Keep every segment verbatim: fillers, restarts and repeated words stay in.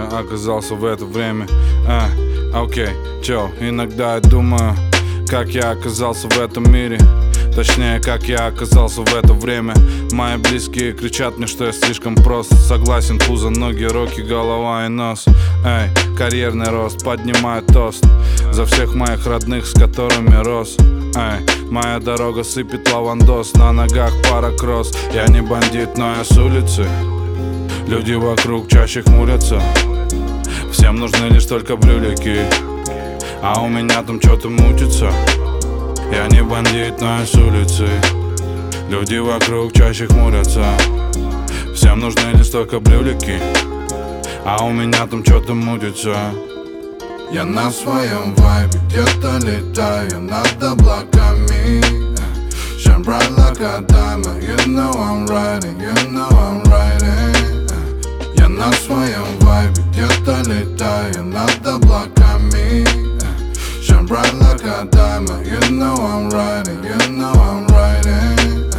оказался в это время. А, окей, чё, иногда я думаю, как я оказался в этом мире. Точнее, как я оказался в это время. Мои близкие кричат мне, что я слишком прост. Согласен, пузо, ноги, руки, голова и нос. Эй, карьерный рост, поднимаю тост за всех моих родных, с которыми рос. Эй, моя дорога сыпет лавандос, на ногах пара кросс. Я не бандит, но я с улицы. Люди вокруг чаще хмурятся. Всем нужны лишь только брюлики, а у меня там что-то мутится. Я не бандит, но я с улицы. Люди вокруг чаще хмурятся. Всем нужны лишь только брюлики, а у меня там что-то мутится. Я на своем вайбе где-то летаю над облаками. Shine bright like a diamond. You know I'm riding, you know I'm riding. Я на своем вайбе где-то летаю над облаками. Shine bright like a diamond. You know I'm riding, you know I'm riding.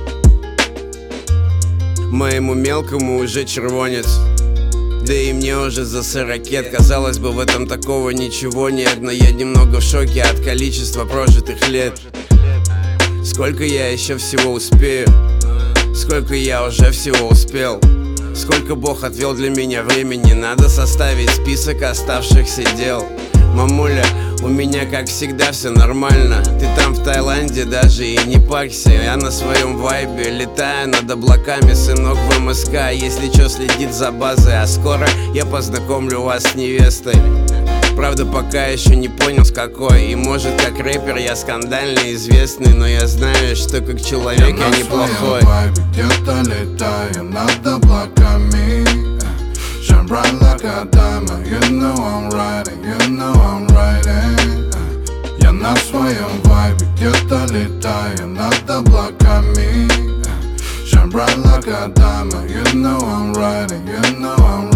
Моему мелкому уже червонец, да и мне уже за сорокет. Казалось бы, в этом такого ничего нет, но я немного в шоке от количества прожитых лет. Сколько я еще всего успею? Сколько я уже всего успел? Сколько Бог отвел для меня времени? Надо составить список оставшихся дел. Мамуля, у меня как всегда все нормально. Ты там в Таиланде даже и не парься. Я на своем вайбе летаю над облаками. Сынок в эм эс ка, если чё, следит за базой. А скоро я познакомлю вас с невестой. Правда, пока еще не понял с какой. И может, как рэпер я скандально известный, но я знаю, что как человек я, я неплохой. Где-то летаю над облаками. Shine bright like a diamond. You know I'm riding, you know I'm riding. Я на своем вайбе где-то летаю над облаками. Shine bright like a diamond. You know I'm riding, you know I'm riding.